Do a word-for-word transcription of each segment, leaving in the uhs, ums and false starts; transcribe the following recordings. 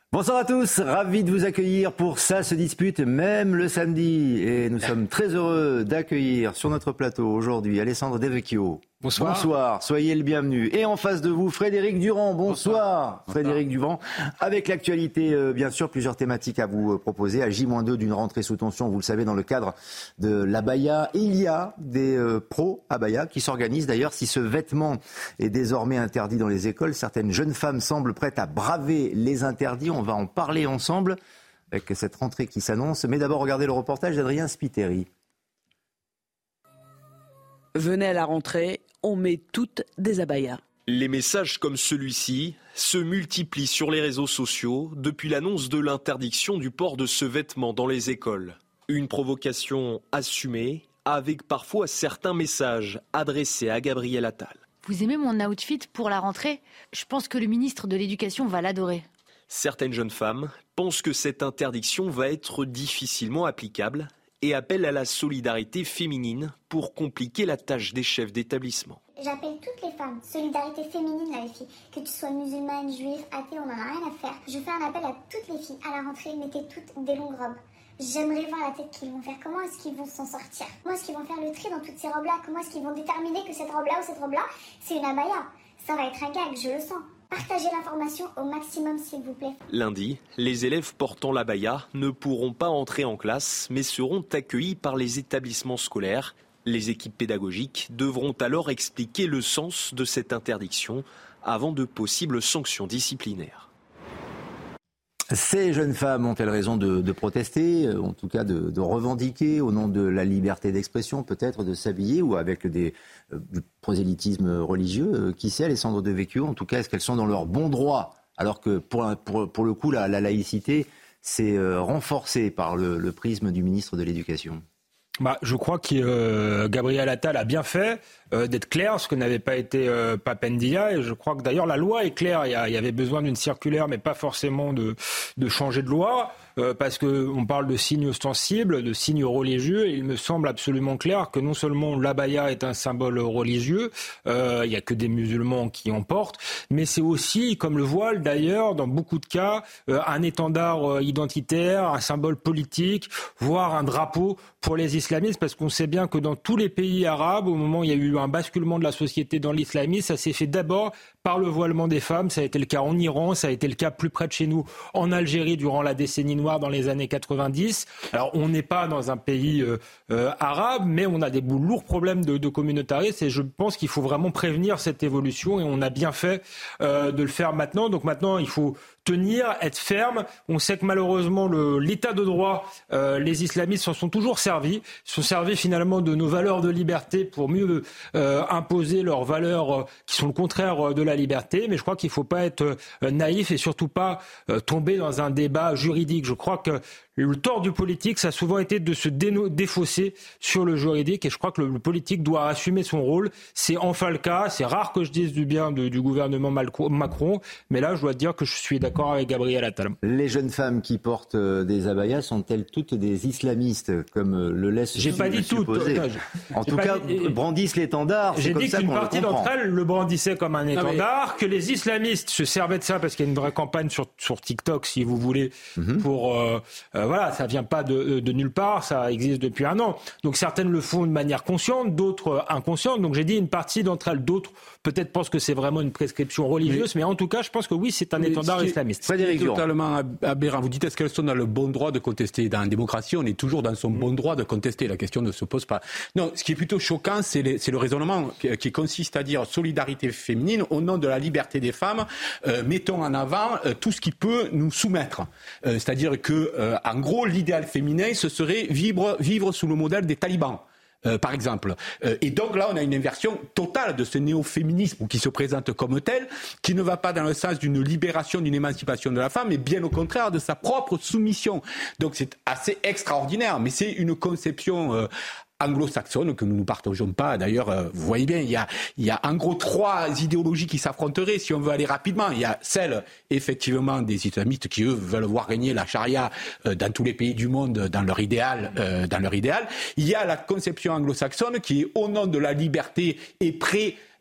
Bonsoir à tous, ravi de vous accueillir pour Ça se dispute, même le samedi. Et nous sommes très heureux d'accueillir sur notre plateau aujourd'hui Alessandro Devecchio. Bonsoir. Bonsoir, soyez le bienvenu. Et en face de vous, Frédéric Durand. Bonsoir, Bonsoir. Frédéric Durand. Avec l'actualité, euh, bien sûr, plusieurs thématiques à vous euh, proposer. À J deux d'une rentrée sous tension, vous le savez, dans le cadre de l'abaya. Il y a des euh, pros abaya qui s'organisent. D'ailleurs, si ce vêtement est désormais interdit dans les écoles, certaines jeunes femmes semblent prêtes à braver les interdits. On va en parler ensemble avec cette rentrée qui s'annonce. Mais d'abord, regardez le reportage d'Adrien Spiteri. Venez à la rentrée, on met toutes des abayas. Les messages comme celui-ci se multiplient sur les réseaux sociaux depuis l'annonce de l'interdiction du port de ce vêtement dans les écoles. Une provocation assumée avec parfois certains messages adressés à Gabriel Attal. Vous aimez mon outfit pour la rentrée ? Je pense que le ministre de l'Éducation va l'adorer. Certaines jeunes femmes pensent que cette interdiction va être difficilement applicable et appellent à la solidarité féminine pour compliquer la tâche des chefs d'établissement. J'appelle toutes les femmes, solidarité féminine là les filles, que tu sois musulmane, juive, athée, on n'en a rien à faire. Je fais un appel à toutes les filles, à la rentrée, mettez toutes des longues robes. J'aimerais voir la tête qu'ils vont faire, comment est-ce qu'ils vont s'en sortir ? Comment est-ce qu'ils vont faire le tri dans toutes ces robes-là ? Comment est-ce qu'ils vont déterminer que cette robe-là ou cette robe-là, c'est une abaya ? Ça va être un gag, je le sens. Partagez l'information au maximum s'il vous plaît. Lundi, les élèves portant l'abaya ne pourront pas entrer en classe, mais seront accueillis par les établissements scolaires. Les équipes pédagogiques devront alors expliquer le sens de cette interdiction avant de possibles sanctions disciplinaires. Ces jeunes femmes ont-elles raison de, de protester, en tout cas de, de revendiquer au nom de la liberté d'expression, peut-être de s'habiller ou avec des, euh, du prosélytisme religieux euh, Qui sait, Alessandro Devecchio ? En tout cas, est-ce qu'elles sont dans leur bon droit ? Alors que pour, pour, pour le coup, la, la laïcité, c'est euh, renforcé par le, le prisme du ministre de l'Éducation. Bah, je crois que euh, Gabriel Attal a bien fait euh, d'être clair, ce que n'avait pas été euh, Papendia. Et je crois que d'ailleurs la loi est claire. Il y, a, il y avait besoin d'une circulaire, mais pas forcément de, de changer de loi, euh, parce qu'on parle de signes ostensibles, de signes religieux. Et il me semble absolument clair que non seulement l'abaya est un symbole religieux, euh, il n'y a que des musulmans qui en portent, mais c'est aussi, comme le voile d'ailleurs, dans beaucoup de cas, euh, un étendard euh, identitaire, un symbole politique, voire un drapeau pour les islamistes, parce qu'on sait bien que dans tous les pays arabes, au moment où il y a eu un basculement de la société dans l'islamisme, ça s'est fait d'abord par le voilement des femmes. Ça a été le cas en Iran, ça a été le cas plus près de chez nous, en Algérie, durant la décennie noire dans les années quatre-vingt-dix. Alors, on n'est pas dans un pays euh, euh, arabe, mais on a des lourds problèmes de, de communautarisme, et je pense qu'il faut vraiment prévenir cette évolution, et on a bien fait euh, de le faire maintenant. Donc maintenant, il faut tenir, être ferme. On sait que malheureusement, le, l'état de droit, euh, les islamistes s'en sont toujours servis, Ils sont servis finalement de nos valeurs de liberté pour mieux euh, imposer leurs valeurs euh, qui sont le contraire de la liberté. Mais je crois qu'il ne faut pas être euh, naïf et surtout pas euh, tomber dans un débat juridique. Je crois que le tort du politique, ça a souvent été de se déno- défausser sur le juridique, et je crois que le, le politique doit assumer son rôle. C'est enfin le cas. C'est rare que je dise du bien de, du gouvernement Macron, mais là, je dois dire que je suis d'accord avec Gabriel Attal. Les jeunes femmes qui portent euh, des abayas sont-elles toutes des islamistes, comme euh, le laisse J'ai pas dit toutes. En tout cas, dit, brandissent l'étendard. C'est j'ai comme dit ça qu'une qu'on partie d'entre elles le brandissait comme un étendard, mais... que les islamistes se servaient de ça, parce qu'il y a une vraie campagne sur, sur TikTok, si vous voulez, mm-hmm. pour... Euh, euh, voilà, ça vient pas de, de nulle part, ça existe depuis un an. Donc certaines le font de manière consciente, d'autres inconsciente. Donc j'ai dit une partie d'entre elles, d'autres peut-être pensent que c'est vraiment une prescription religieuse, mais, mais en tout cas, je pense que oui, c'est un étendard islamiste. C'est totalement aberrant. Vous dites, est-ce qu'elles sont dans le bon droit de contester ? Dans la démocratie, on est toujours dans son bon droit de contester. La question ne se pose pas. Non, ce qui est plutôt choquant, c'est, les, c'est le raisonnement qui, qui consiste à dire solidarité féminine au nom de la liberté des femmes. Euh, mettons en avant euh, tout ce qui peut nous soumettre. Euh, c'est-à-dire que, euh, en gros, l'idéal féminin, ce serait vivre, vivre sous le modèle des talibans. Euh, par exemple. Euh, et donc là, on a une inversion totale de ce néo-féminisme qui se présente comme tel, qui ne va pas dans le sens d'une libération, d'une émancipation de la femme, mais bien au contraire de sa propre soumission. Donc c'est assez extraordinaire, mais c'est une conception... Euh, anglo-saxonne que nous ne partageons pas. D'ailleurs, euh, vous voyez bien, il y a, il y a en gros trois idéologies qui s'affronteraient si on veut aller rapidement. Il y a celle, effectivement, des islamistes qui, eux, veulent voir régner la charia euh, dans tous les pays du monde dans leur idéal. Euh, dans leur idéal. Il y a la conception anglo-saxonne qui est, au nom de la liberté, est prêt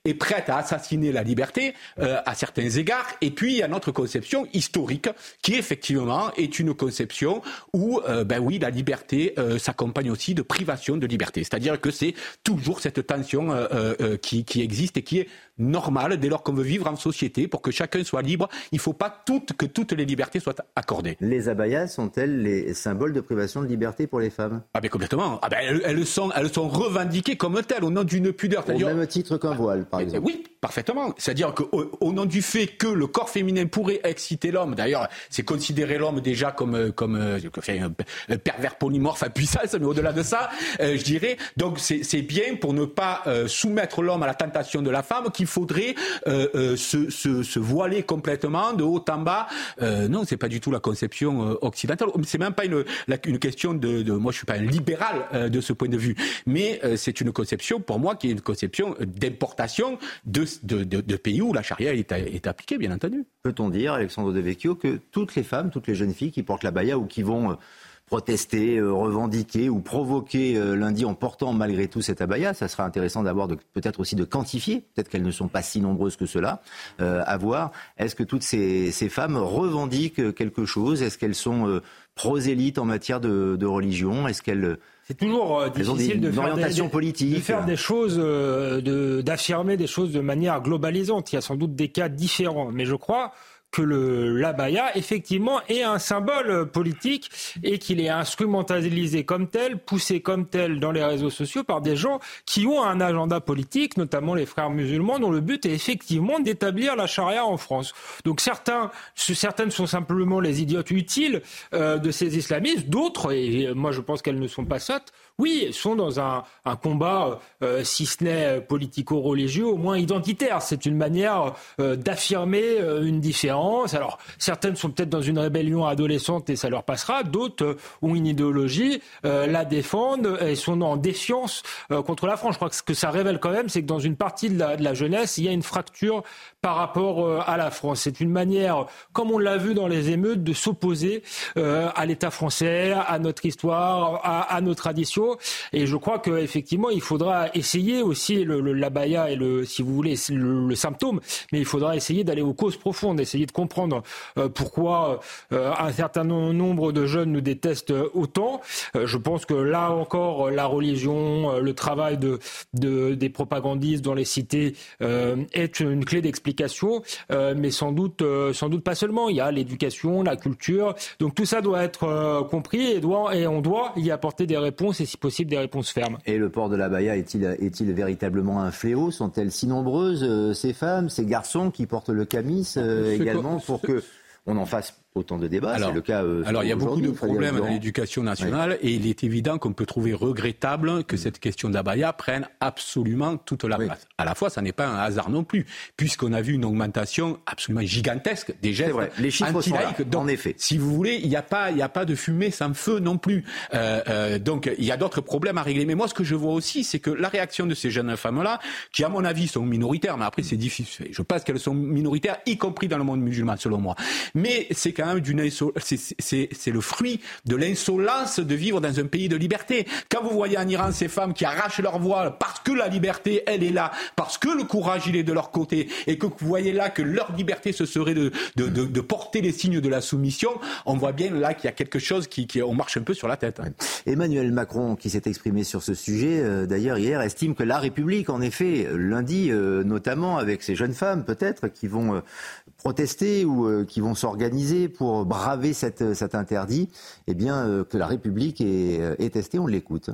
est prête à assassiner la liberté euh, à certains égards. Et puis il y a notre conception historique qui effectivement est une conception où euh, ben oui la liberté euh, s'accompagne aussi de privation de liberté. C'est-à-dire que c'est toujours cette tension euh, euh, qui, qui existe et qui est normale dès lors qu'on veut vivre en société pour que chacun soit libre. Il ne faut pas toutes, que toutes les libertés soient accordées. Les abayas sont-elles les symboles de privation de liberté pour les femmes ? Ah ben complètement. Ah ben elles, elles sont, elles sont revendiquées comme telles au nom d'une pudeur. Au même titre qu'un voile, par exemple. Oui, parfaitement. C'est-à-dire qu'au au nom du fait que le corps féminin pourrait exciter l'homme, d'ailleurs, c'est considérer l'homme déjà comme, comme euh, un, un pervers polymorphe à puissance, mais au-delà de ça, euh, je dirais, donc c'est, c'est bien pour ne pas euh, soumettre l'homme à la tentation de la femme qu'il faudrait euh, euh, se, se, se voiler complètement de haut en bas. Euh, non, c'est pas du tout la conception euh, occidentale. C'est même pas une, la, une question de, de... Moi, je suis pas un libéral euh, de ce point de vue, mais euh, c'est une conception, pour moi, qui est une conception d'importation de, de, de, de pays où la charia est, est appliquée, bien entendu. Peut-on dire, Alexandre Devecchio, que toutes les femmes, toutes les jeunes filles qui portent l'abaya ou qui vont... Euh, protester, euh, revendiquer ou provoquer euh, lundi en portant malgré tout cet abaya. Ça sera intéressant d'avoir de, peut-être aussi de quantifier, peut-être qu'elles ne sont pas si nombreuses que cela, euh, à voir. Est-ce que toutes ces, ces femmes revendiquent quelque chose ? Est-ce qu'elles sont euh, prosélytes en matière de, de religion ? Est-ce qu'elles... C'est toujours euh, difficile des, de, faire des, politique. de faire des choses, euh, de, d'affirmer des choses de manière globalisante. Il y a sans doute des cas différents, mais je crois que le l'abaya, effectivement, est un symbole politique et qu'il est instrumentalisé comme tel, poussé comme tel dans les réseaux sociaux par des gens qui ont un agenda politique, notamment les frères musulmans, dont le but est effectivement d'établir la charia en France. Donc certains, certaines sont simplement les idiotes utiles euh, de ces islamistes, d'autres, et moi je pense qu'elles ne sont pas sottes, oui, sont dans un, un combat, euh, si ce n'est politico-religieux, au moins identitaire. C'est une manière euh, d'affirmer euh, une différence. Alors, certaines sont peut-être dans une rébellion adolescente et ça leur passera. D'autres euh, ont une idéologie, euh, la défendent et sont en défiance euh, contre la France. Je crois que ce que ça révèle quand même, c'est que dans une partie de la, de la jeunesse, il y a une fracture par rapport euh, à la France. C'est une manière, comme on l'a vu dans les émeutes, de s'opposer euh, à l'État français, à notre histoire, à, à nos traditions. Et je crois qu'effectivement, il faudra essayer aussi, le, le, l'abaya est le, si vous voulez, le, le symptôme, mais il faudra essayer d'aller aux causes profondes, essayer de comprendre euh, pourquoi euh, un certain nombre de jeunes nous détestent autant. Euh, je pense que là encore, la religion, euh, le travail de, de, des propagandistes dans les cités euh, est une clé d'explication, euh, mais sans doute, euh, sans doute pas seulement. Il y a l'éducation, la culture, donc tout ça doit être euh, compris et, doit, et on doit y apporter des réponses et si possible des réponses fermes. Et le port de l'abaya est-il, est-il véritablement un fléau ? Sont-elles si nombreuses, euh, ces femmes, ces garçons qui portent le camis euh, également, pour que on en fasse autant de débats, alors, c'est le cas euh, alors il y a beaucoup de problèmes dans l'éducation nationale, oui. Et il est évident qu'on peut trouver regrettable que mmh. cette question d'abaya prenne absolument toute la oui. place. À la fois, ça n'est pas un hasard non plus, puisqu'on a vu une augmentation absolument gigantesque des gestes Les chiffres sont là, donc, en effet. Si vous voulez, il n'y a pas, il n'y a pas de fumée sans feu non plus. Euh, euh, donc il y a d'autres problèmes à régler. Mais moi, ce que je vois aussi, c'est que la réaction de ces jeunes femmes-là, qui à mon avis sont minoritaires, mais après c'est difficile. Je pense qu'elles sont minoritaires, y compris dans le monde musulman, selon moi. Mais c'est quand même d'une inso... c'est, c'est, c'est le fruit de l'insolence de vivre dans un pays de liberté. Quand vous voyez en Iran ces femmes qui arrachent leur voile parce que la liberté, elle est là, parce que le courage, il est de leur côté, et que vous voyez là que leur liberté, ce serait de, de, de, de porter les signes de la soumission, on voit bien là qu'il y a quelque chose qui, qui on marche un peu sur la tête. Hein. Emmanuel Macron, qui s'est exprimé sur ce sujet, euh, d'ailleurs hier, estime que la République, en effet, lundi, euh, notamment avec ces jeunes femmes peut-être, qui vont euh, protester ou euh, qui vont s'organiser pour braver cette, cet interdit, eh bien, euh, que la République est, est testée, on l'écoute.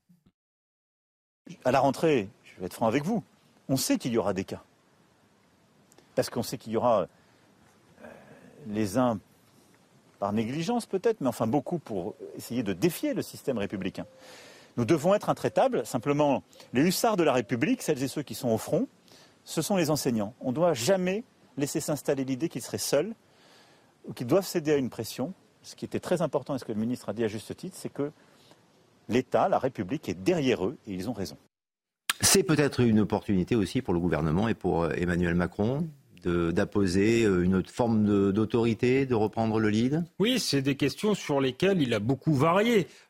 À la rentrée, je vais être franc avec vous, on sait qu'il y aura des cas. Parce qu'on sait qu'il y aura euh, les uns par négligence peut-être, mais enfin beaucoup pour essayer de défier le système républicain. Nous devons être intraitables. Simplement, les hussards de la République, celles et ceux qui sont au front, ce sont les enseignants. On ne doit jamais laisser s'installer l'idée qu'ils seraient seuls ou qu'ils doivent céder à une pression. Ce qui était très important et ce que le ministre a dit à juste titre, c'est que l'État, la République est derrière eux et ils ont raison. C'est peut-être une opportunité aussi pour le gouvernement et pour Emmanuel Macron de, d'apposer une forme de, d'autorité, de reprendre le lead ? Oui, c'est des questions sur lesquelles il a beaucoup varié.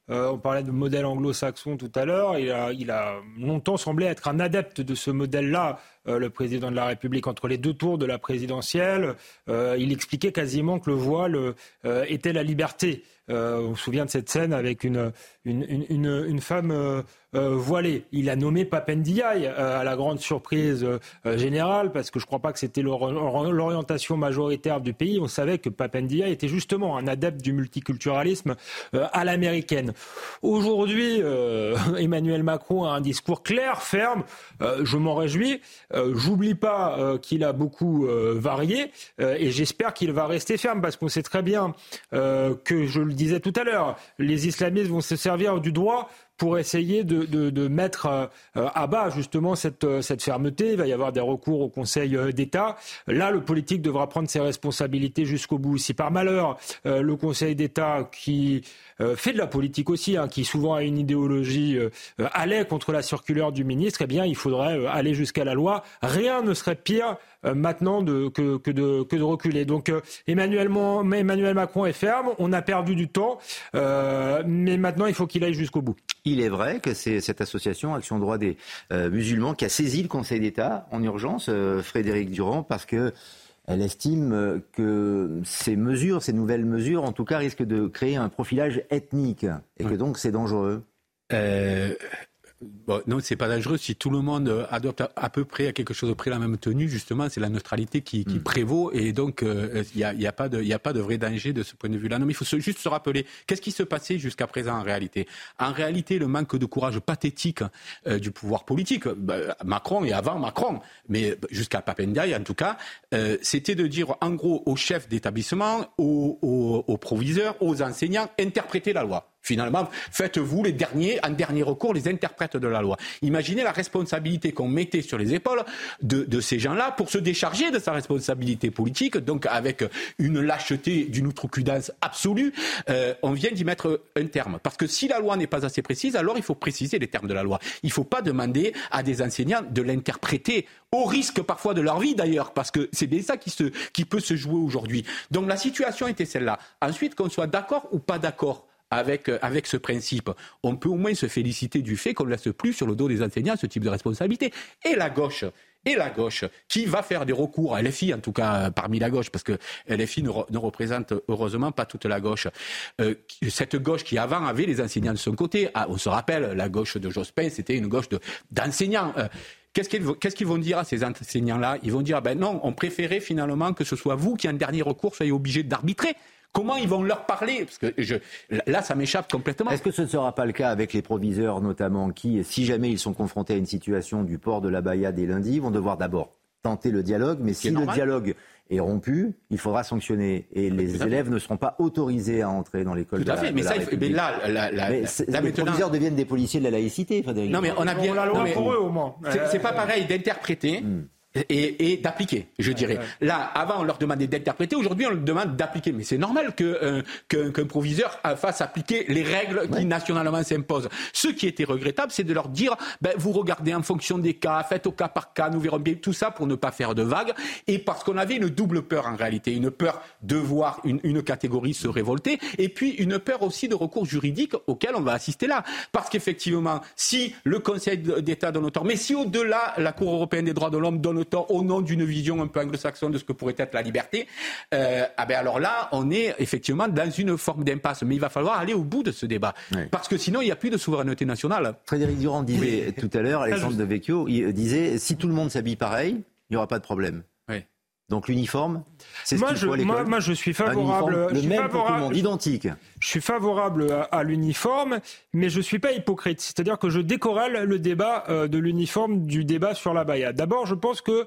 Euh, on parlait de modèle anglo-saxon tout à l'heure. Il a, il a longtemps semblé être un adepte de ce modèle-là, euh, le président de la République. Entre les deux tours de la présidentielle, euh, il expliquait quasiment que le voile euh, était la liberté. Euh, on se souvient de cette scène avec une, une, une, une, une femme euh, euh, voilée. Il a nommé Papendiaï euh, à la grande surprise euh, générale, parce que je ne crois pas que c'était l'orientation majoritaire du pays. On savait que Papendiaï était justement un adepte du multiculturalisme euh, à l'américaine. Aujourd'hui, euh, Emmanuel Macron a un discours clair, ferme. Euh, je m'en réjouis. Euh, j'oublie pas euh, qu'il a beaucoup euh, varié euh, et j'espère qu'il va rester ferme, parce qu'on sait très bien euh, que, je le disais tout à l'heure, les islamistes vont se servir du droit pour essayer de, de, de mettre euh, à bas justement cette, cette fermeté. Il va y avoir des recours au Conseil d'État. Là, le politique devra prendre ses responsabilités jusqu'au bout. Si par malheur, euh, le Conseil d'État, qui euh, fait de la politique aussi, hein, qui souvent a une idéologie, euh, allait contre la circulaire du ministre, eh bien, il faudrait euh, aller jusqu'à la loi. Rien ne serait pire euh, maintenant de, que, que, de, que de reculer. Donc, euh, Emmanuel, Emmanuel Macron est ferme. On a perdu du temps, euh, mais maintenant, il faut qu'il aille jusqu'au bout. Il est vrai que c'est cette association Action Droit des euh, musulmans qui a saisi le Conseil d'État en urgence, euh, Frédéric Durand, parce que elle estime que ces mesures, ces nouvelles mesures, en tout cas, risquent de créer un profilage ethnique et que donc c'est dangereux. Euh... Bon, non, c'est pas dangereux si tout le monde adopte à, à peu près à quelque chose de près la même tenue. Justement, c'est la neutralité qui, qui mmh. prévaut, et donc il euh, y a, y a pas de, il y a pas de vrai danger de ce point de vue-là. Non, mais il faut se, juste se rappeler qu'est-ce qui se passait jusqu'à présent en réalité. En réalité, le manque de courage pathétique euh, du pouvoir politique, bah, Macron et avant Macron, mais jusqu'à Papendiaï en tout cas, euh, c'était de dire en gros aux chefs d'établissement, aux, aux, aux proviseurs, aux enseignants, interprétez la loi. Finalement, faites-vous les derniers, en dernier recours, les interprètes de la loi. Imaginez la responsabilité qu'on mettait sur les épaules de, de ces gens-là pour se décharger de sa responsabilité politique, donc avec une lâcheté, d'une outrecuidance absolue. Euh, on vient d'y mettre un terme. Parce que si la loi n'est pas assez précise, alors il faut préciser les termes de la loi. Il ne faut pas demander à des enseignants de l'interpréter, au risque parfois de leur vie d'ailleurs, parce que c'est bien ça qui, se, qui peut se jouer aujourd'hui. Donc la situation était celle-là. Ensuite, qu'on soit d'accord ou pas d'accord Avec, avec ce principe, on peut au moins se féliciter du fait qu'on ne laisse plus sur le dos des enseignants ce type de responsabilité. Et la gauche, et la gauche, qui va faire des recours, L F I en tout cas parmi la gauche, parce que L F I ne, re, ne représente heureusement pas toute la gauche. Euh, cette gauche qui avant avait les enseignants de son côté, ah, on se rappelle, la gauche de Jospin, c'était une gauche de, d'enseignants. Euh, Qu'est-ce qu'ils, qu'est-ce qu'ils vont dire à ces enseignants-là ? Ils vont dire, ben non, on préférait finalement que ce soit vous qui en dernier recours soyez obligés d'arbitrer. Comment ils vont leur parler ? Parce que je, là, ça m'échappe complètement. Est-ce que ce ne sera pas le cas avec les proviseurs, notamment, qui, si jamais ils sont confrontés à une situation du port de l'abaya dès lundi, vont devoir d'abord tenter le dialogue, mais si le dialogue est rompu, il faudra sanctionner. Et les élèves ne seront pas autorisés à entrer dans l'école. Tout à fait, mais ça, mais là, la, la, mais la, les maintenant... proviseurs deviennent des policiers de la laïcité, Frédéric. Non, mais on a bien la loi mais, pour eux, au moins. C'est, c'est pas pareil d'interpréter. Hmm. Et, et d'appliquer, je dirais. Ouais, ouais. Là, avant, on leur demandait d'interpréter. Aujourd'hui, on leur demande d'appliquer. Mais c'est normal que, euh, qu'un, qu'un proviseur fasse appliquer les règles ouais. qui nationalement s'imposent. Ce qui était regrettable, c'est de leur dire, ben, vous regardez en fonction des cas, faites au cas par cas, nous verrons bien tout ça pour ne pas faire de vagues. Et parce qu'on avait une double peur en réalité. Une peur de voir une, une catégorie se révolter. Et puis, une peur aussi de recours juridiques auxquels on va assister là. Parce qu'effectivement, si le Conseil d'État donne tort, mais si au-delà, la Cour européenne des droits de l'homme donne tort au nom d'une vision un peu anglo-saxonne de ce que pourrait être la liberté, euh, ah ben alors là, on est effectivement dans une forme d'impasse. Mais il va falloir aller au bout de ce débat. Oui. Parce que sinon, il n'y a plus de souveraineté nationale. Frédéric Durand disait oui. tout à l'heure, Alexandre de Vecchio, il disait, si tout le monde s'habille pareil, il n'y aura pas de problème. Oui. Donc l'uniforme, c'est ce moi, qu'il je, faut à l'école. Moi, moi, je suis favorable. Le je suis même favorable, pour tout le monde, identique. Je suis favorable à, à l'uniforme, mais je ne suis pas hypocrite. C'est-à-dire que je décorrèle le débat euh, de l'uniforme du débat sur l'abaya. D'abord, je pense que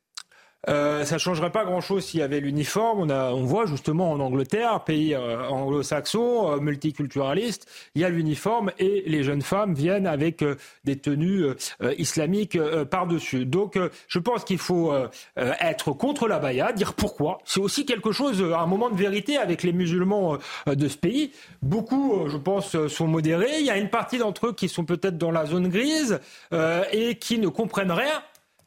Euh, ça ne changerait pas grand-chose s'il y avait l'uniforme. On, a, on voit justement en Angleterre, pays euh, anglo-saxon, euh, multiculturaliste, il y a l'uniforme et les jeunes femmes viennent avec euh, des tenues euh, islamiques euh, par-dessus. Donc euh, je pense qu'il faut euh, être contre l'abaya, dire pourquoi. C'est aussi quelque chose, un moment de vérité avec les musulmans euh, de ce pays. Beaucoup, euh, je pense, sont modérés. Il y a une partie d'entre eux qui sont peut-être dans la zone grise euh, et qui ne comprennent rien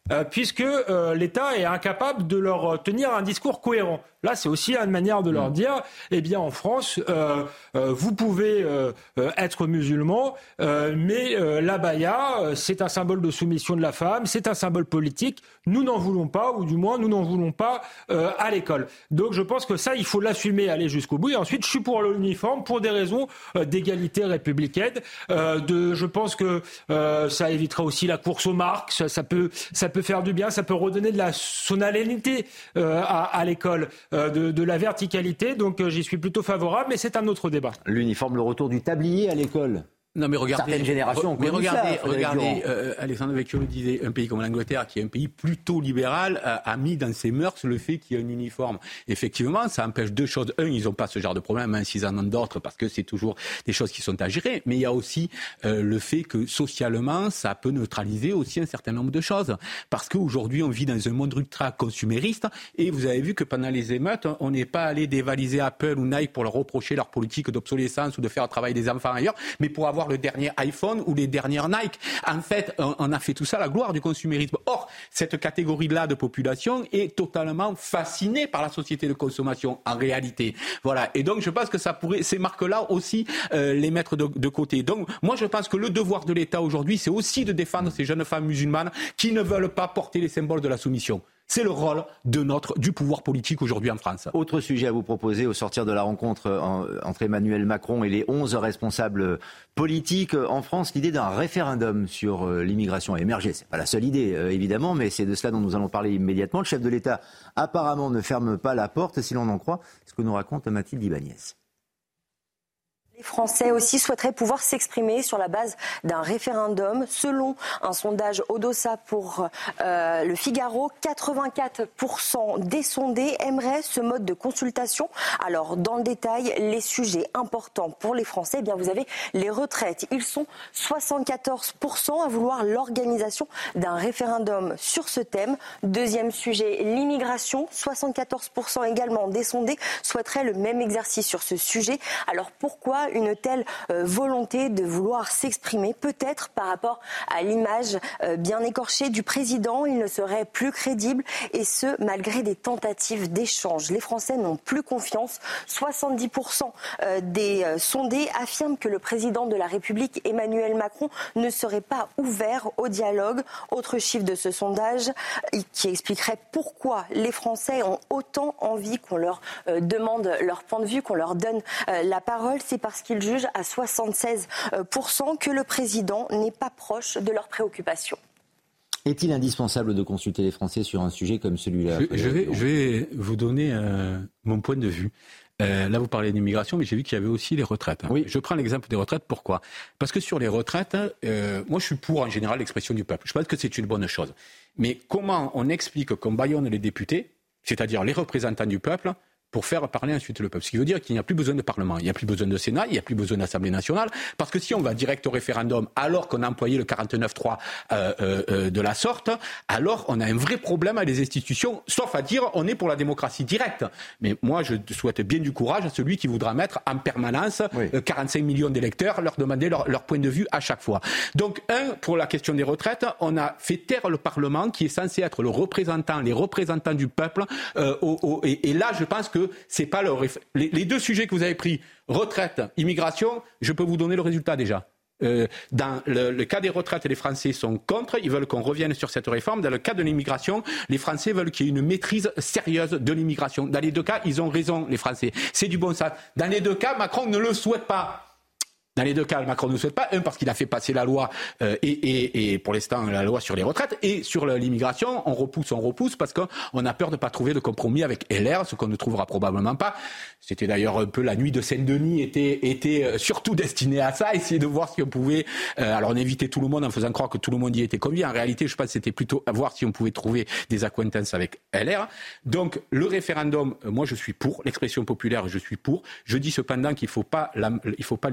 euh, puisque euh, l'État est incapable de leur tenir un discours cohérent. Là, c'est aussi une manière de leur dire, eh bien, en France, euh, euh, vous pouvez euh, euh, être musulman, euh, mais euh, l'abaya, euh, c'est un symbole de soumission de la femme, c'est un symbole politique. Nous n'en voulons pas, ou du moins, nous n'en voulons pas euh, à l'école. Donc, je pense que ça, il faut l'assumer, aller jusqu'au bout. Et ensuite, je suis pour l'uniforme pour des raisons euh, d'égalité républicaine. Euh, de, je pense que euh, ça évitera aussi la course aux marques. Ça, ça peut, ça peut faire du bien. Ça peut redonner de la solennité euh, à, à l'école. De, de la verticalité, donc euh, j'y suis plutôt favorable, mais c'est un autre débat. L'uniforme, le retour du tablier à l'école. Non mais regardez, certaines générations ont mais regardez, ça, regardez euh, Alexandre Vecchio disait, un pays comme l'Angleterre, qui est un pays plutôt libéral, a, a mis dans ses mœurs le fait qu'il y ait un uniforme. Effectivement, ça empêche deux choses. Un, ils n'ont pas ce genre de problème, hein, s'ils en ont d'autres, parce que c'est toujours des choses qui sont à gérer. Mais il y a aussi euh, le fait que socialement, ça peut neutraliser aussi un certain nombre de choses. Parce qu'aujourd'hui, on vit dans un monde ultra consumériste, et vous avez vu que pendant les émeutes, on n'est pas allé dévaliser Apple ou Nike pour leur reprocher leur politique d'obsolescence ou de faire travailler des enfants ailleurs, mais pour avoir le dernier iPhone ou les dernières Nike. En fait, on a fait tout ça à la gloire du consumérisme. Or, cette catégorie-là de population est totalement fascinée par la société de consommation, en réalité. Voilà. Et donc, je pense que ça pourrait, ces marques-là aussi, euh, les mettre de, de côté. Donc, moi, je pense que le devoir de l'État aujourd'hui, c'est aussi de défendre ces jeunes femmes musulmanes qui ne veulent pas porter les symboles de la soumission. C'est le rôle de notre, du pouvoir politique aujourd'hui en France. Autre sujet à vous proposer au sortir de la rencontre entre Emmanuel Macron et les onze responsables politiques en France, l'idée d'un référendum sur l'immigration a émergé. C'est pas la seule idée, évidemment, mais c'est de cela dont nous allons parler immédiatement. Le chef de l'État, apparemment, ne ferme pas la porte, si l'on en croit ce que nous raconte Mathilde Ibanez. Les Français aussi souhaiteraient pouvoir s'exprimer sur la base d'un référendum. Selon un sondage Odossa pour euh, le Figaro, quatre-vingt-quatre pour cent des sondés aimeraient ce mode de consultation. Alors, dans le détail, les sujets importants pour les Français, eh bien, vous avez les retraites. Ils sont soixante-quatorze pour cent à vouloir l'organisation d'un référendum sur ce thème. Deuxième sujet, l'immigration. soixante-quatorze pour cent également des sondés souhaiteraient le même exercice sur ce sujet. Alors, pourquoi une telle euh, volonté de vouloir s'exprimer, peut-être par rapport à l'image euh, bien écorchée du président. Il ne serait plus crédible, et ce, malgré des tentatives d'échange. Les Français n'ont plus confiance. soixante-dix pour cent euh, des euh, sondés affirment que le président de la République, Emmanuel Macron, ne serait pas ouvert au dialogue. Autre chiffre de ce sondage euh, qui expliquerait pourquoi les Français ont autant envie qu'on leur euh, demande leur point de vue, qu'on leur donne euh, la parole. C'est parce qu'ils jugent à soixante-seize pour cent que le président n'est pas proche de leurs préoccupations. Est-il indispensable de consulter les Français sur un sujet comme celui-là ? je, je, vais, je vais vous donner euh, mon point de vue. Euh, là, vous parlez d'immigration, mais j'ai vu qu'il y avait aussi les retraites. Oui. Je prends l'exemple des retraites. Pourquoi ? Parce que sur les retraites, euh, moi, je suis pour, en général, l'expression du peuple. Je pense que c'est une bonne chose. Mais comment on explique qu'on bâillonne les députés, c'est-à-dire les représentants du peuple, pour faire parler ensuite le peuple. Ce qui veut dire qu'il n'y a plus besoin de Parlement, il n'y a plus besoin de Sénat, il n'y a plus besoin d'Assemblée nationale, parce que si on va direct au référendum, alors qu'on a employé le quarante-neuf trois euh, euh, de la sorte, alors on a un vrai problème avec les institutions, sauf à dire on est pour la démocratie directe. Mais moi, je souhaite bien du courage à celui qui voudra mettre en permanence oui. euh, quarante-cinq millions d'électeurs, leur demander leur, leur point de vue à chaque fois. Donc, un, pour la question des retraites, on a fait taire le Parlement, qui est censé être le représentant, les représentants du peuple, euh, au, au, et, et là, je pense que c'est pas le réf... les, les deux sujets que vous avez pris, retraite, immigration, je peux vous donner le résultat déjà. Euh, dans le, le cas des retraites, les Français sont contre, ils veulent qu'on revienne sur cette réforme. Dans le cas de l'immigration, les Français veulent qu'il y ait une maîtrise sérieuse de l'immigration. Dans les deux cas, ils ont raison, les Français. C'est du bon sens. Dans les deux cas, Macron ne le souhaite pas. Dans les deux cas, Macron ne souhaite pas. Un, parce qu'il a fait passer la loi, euh, et, et, et pour l'instant, la loi sur les retraites. Et sur l'immigration, on repousse, on repousse, parce qu'on a peur de ne pas trouver de compromis avec L R, ce qu'on ne trouvera probablement pas. C'était d'ailleurs un peu la nuit de Saint-Denis, était, était surtout destinée à ça, essayer de voir si on pouvait... Euh, alors on évitait tout le monde en faisant croire que tout le monde y était convié. En réalité, je pense que c'était plutôt à voir si on pouvait trouver des accointances avec L R. Donc le référendum, euh, moi je suis pour. L'expression populaire, je suis pour. Je dis cependant qu'il ne faut pas, la, il faut pas les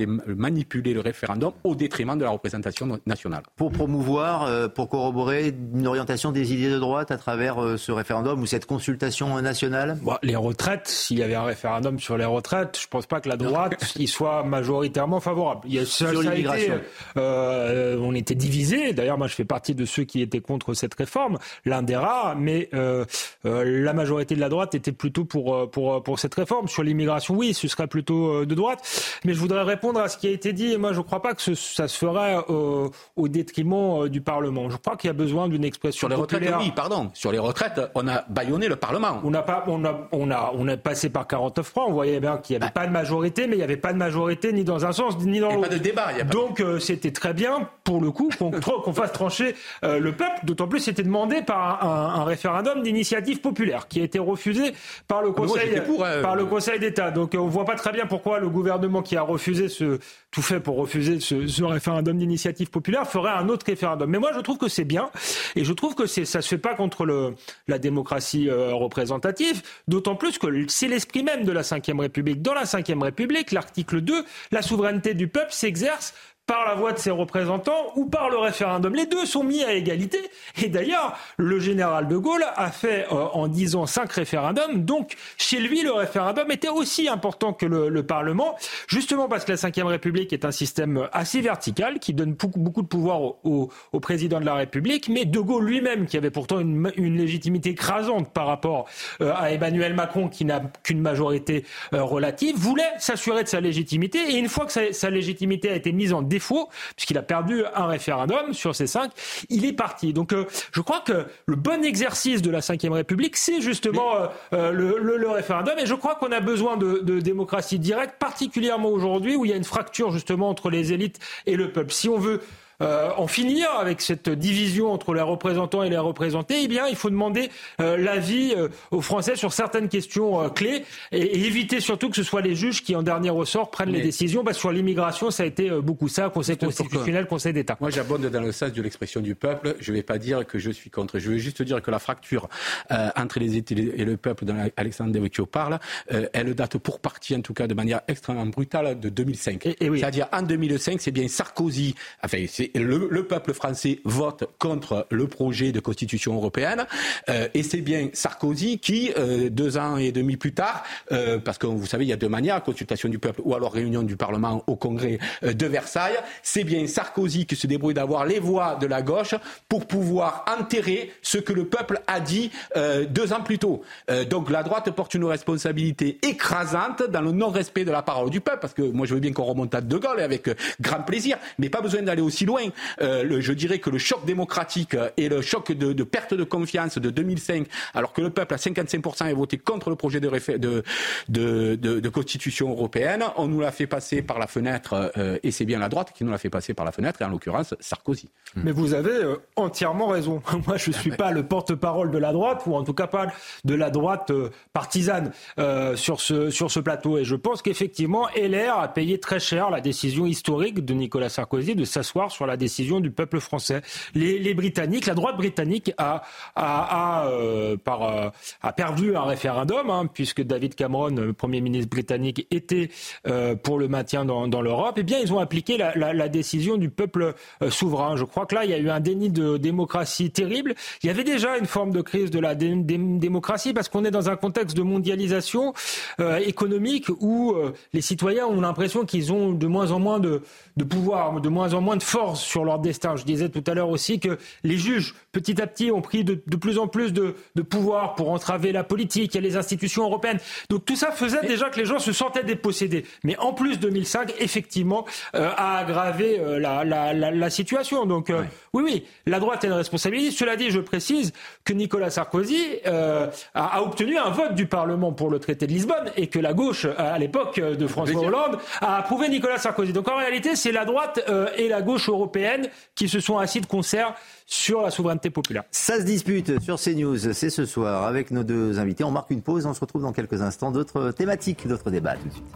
manipuler le référendum au détriment de la représentation nationale. Pour promouvoir, euh, pour corroborer une orientation des idées de droite à travers euh, ce référendum ou cette consultation nationale ? Bon, les retraites, s'il y avait un référendum sur les retraites, je ne pense pas que la droite y soit majoritairement favorable. Il y a, ça, sur ça l'immigration. été, euh, on était divisés. D'ailleurs, moi, je fais partie de ceux qui étaient contre cette réforme, l'un des rares, mais euh, euh, la majorité de la droite était plutôt pour, pour, pour cette réforme. Sur l'immigration, oui, ce serait plutôt de droite. Mais je voudrais répondre à ce qui a été dit. Et moi, je ne crois pas que ce, ça se ferait euh, au détriment du Parlement. Je crois qu'il y a besoin d'une expression sur les populaire. retraites, oui, pardon. Sur les retraites, on a bâillonné le Parlement. On n'a pas, on a, on a, on est passé par quarante-neuf francs. On voyait bien qu'il n'y avait bah. pas de majorité, mais il n'y avait pas de majorité ni dans un sens ni dans l'autre. Pas de débat. Y a pas Donc de... euh, c'était très bien pour le coup qu'on, qu'on fasse trancher euh, le peuple. D'autant plus c'était demandé par un, un référendum d'initiative populaire qui a été refusé par le Conseil, moi, pour, euh, par le Conseil d'État. Donc euh, on voit pas très bien pourquoi le gouvernement qui a refusé ce tout fait pour refuser ce, ce référendum d'initiative populaire ferait un autre référendum. Mais moi je trouve que c'est bien et je trouve que c'est, ça se fait pas contre le, la démocratie euh, représentative. D'autant plus que c'est l'esprit même de la cinquième République. Dans la cinquième République, l'article deux, la souveraineté du peuple s'exerce par la voix de ses représentants ou par le référendum. Les deux sont mis à égalité. Et d'ailleurs, le général de Gaulle a fait euh, en dix ans cinq référendums. Donc, chez lui, le référendum était aussi important que le, le Parlement, justement parce que la cinquième République est un système assez vertical qui donne beaucoup, beaucoup de pouvoir au, au, au président de la République. Mais de Gaulle lui-même, qui avait pourtant une, une légitimité écrasante par rapport euh, à Emmanuel Macron, qui n'a qu'une majorité euh, relative, voulait s'assurer de sa légitimité. Et une fois que sa, sa légitimité a été mise en défaut, Défaut, puisqu'il a perdu un référendum sur ces cinq, il est parti. Donc euh, je crois que le bon exercice de la cinquième République, c'est justement euh, euh, le, le, le référendum. Et je crois qu'on a besoin de, de démocratie directe, particulièrement aujourd'hui où il y a une fracture justement entre les élites et le peuple. Si on veut Euh, en finir avec cette division entre les représentants et les représentés, eh bien, il faut demander euh, l'avis euh, aux Français sur certaines questions euh, clés et, et éviter surtout que ce soit les juges qui, en dernier ressort, prennent Mais... les décisions. Parce que sur l'immigration, ça a été euh, beaucoup ça, Conseil constitutionnel, Conseil d'État. Moi, j'abonde dans le sens de l'expression du peuple. Je ne vais pas dire que je suis contre. Je veux juste dire que la fracture euh, entre les élites et le peuple dont Alexandre Devecchio parle, euh, elle date pour partie, en tout cas de manière extrêmement brutale, de deux mille cinq. Et, et oui. C'est-à-dire, en deux mille cinq, c'est bien Sarkozy, enfin, c'est Le, le peuple français vote contre le projet de constitution européenne euh, et c'est bien Sarkozy qui, euh, deux ans et demi plus tard, euh, parce que vous savez, il y a deux manières, consultation du peuple ou alors réunion du Parlement au Congrès euh, de Versailles, c'est bien Sarkozy qui se débrouille d'avoir les voix de la gauche pour pouvoir enterrer ce que le peuple a dit euh, deux ans plus tôt. Euh, donc la droite porte une responsabilité écrasante dans le non-respect de la parole du peuple, parce que moi je veux bien qu'on remonte à De Gaulle avec euh, grand plaisir, mais pas besoin d'aller aussi loin. Euh, le, je dirais que le choc démocratique et le choc de, de perte de confiance de deux mille cinq, alors que le peuple à cinquante-cinq pour cent a voté contre le projet de, réfé- de, de, de, de constitution européenne, on nous l'a fait passer par la fenêtre euh, et c'est bien la droite qui nous l'a fait passer par la fenêtre et en l'occurrence Sarkozy. Mais vous avez euh, entièrement raison. Moi je ne suis pas le porte-parole de la droite ou en tout cas pas de la droite euh, partisane euh, sur, ce, sur ce plateau et je pense qu'effectivement L R a payé très cher la décision historique de Nicolas Sarkozy de s'asseoir sur la décision du peuple français. Les, les Britanniques, la droite britannique a, a, a, euh, par, euh, a perdu un référendum, hein, puisque David Cameron, le Premier ministre britannique, était euh, pour le maintien dans, dans l'Europe. Eh bien, ils ont appliqué la, la, la décision du peuple euh, souverain. Je crois que là, il y a eu un déni de démocratie terrible. Il y avait déjà une forme de crise de la dé- dé- démocratie, parce qu'on est dans un contexte de mondialisation euh, économique où euh, les citoyens ont l'impression qu'ils ont de moins en moins de, de pouvoir, de moins en moins de force sur leur destin. Je disais tout à l'heure aussi que les juges, petit à petit, ont pris de, de plus en plus de, de pouvoir pour entraver la politique et les institutions européennes. Donc tout ça faisait déjà que les gens se sentaient dépossédés. Mais en plus, deux mille cinq, effectivement, euh, a aggravé euh, la, la, la, la situation. Donc euh, oui, oui, la droite a une responsabilité. Cela dit, je précise que Nicolas Sarkozy euh, a, a obtenu un vote du Parlement pour le traité de Lisbonne et que la gauche, à l'époque de François Hollande, a approuvé Nicolas Sarkozy. Donc en réalité, c'est la droite euh, et la gauche européenne qui se sont assis de concert sur la souveraineté populaire. Ça se dispute sur CNews, c'est ce soir avec nos deux invités. On marque une pause, on se retrouve dans quelques instants. D'autres thématiques, d'autres débats tout de suite.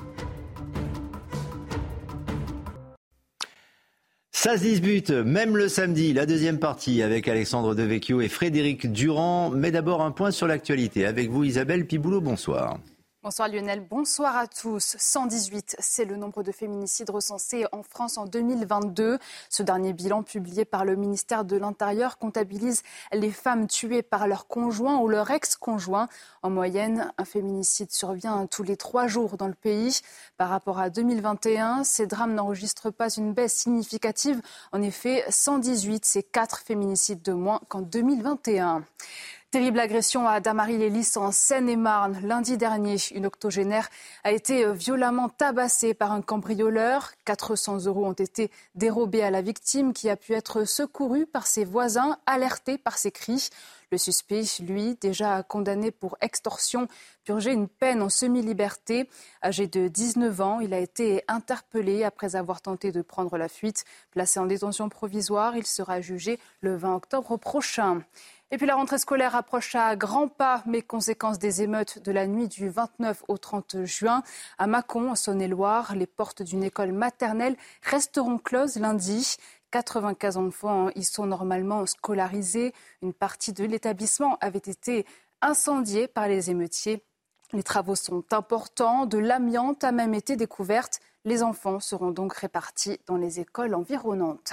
Ça se dispute, même le samedi, la deuxième partie avec Alexandre Devecchio et Frédéric Durand. Mais d'abord un point sur l'actualité. Avec vous Isabelle Piboulot, bonsoir. Bonsoir Lionel, bonsoir à tous. cent dix-huit, c'est le nombre de féminicides recensés en France en deux mille vingt-deux. Ce dernier bilan publié par le ministère de l'Intérieur comptabilise les femmes tuées par leur conjoint ou leur ex-conjoint. En moyenne, un féminicide survient tous les trois jours dans le pays. Par rapport à deux mille vingt et un, ces drames n'enregistrent pas une baisse significative. En effet, cent dix-huit, c'est quatre féminicides de moins qu'en deux mille vingt et un. Terrible agression à Damary-les-Lys en Seine-et-Marne. Lundi dernier, une octogénaire a été violemment tabassée par un cambrioleur. quatre cents euros ont été dérobés à la victime qui a pu être secourue par ses voisins, alertée par ses cris. Le suspect, lui, déjà condamné pour extorsion, purgeait une peine en semi-liberté. Âgé de dix-neuf ans, il a été interpellé après avoir tenté de prendre la fuite. Placé en détention provisoire, il sera jugé le vingt octobre prochain. Et puis la rentrée scolaire approche à grands pas, mais conséquence des émeutes de la nuit du vingt-neuf au trente juin. À Mâcon, en Saône-et-Loire, les portes d'une école maternelle resteront closes lundi. quatre-vingt-quinze enfants y sont normalement scolarisés. Une partie de l'établissement avait été incendiée par les émeutiers. Les travaux sont importants. De l'amiante a même été découverte. Les enfants seront donc répartis dans les écoles environnantes.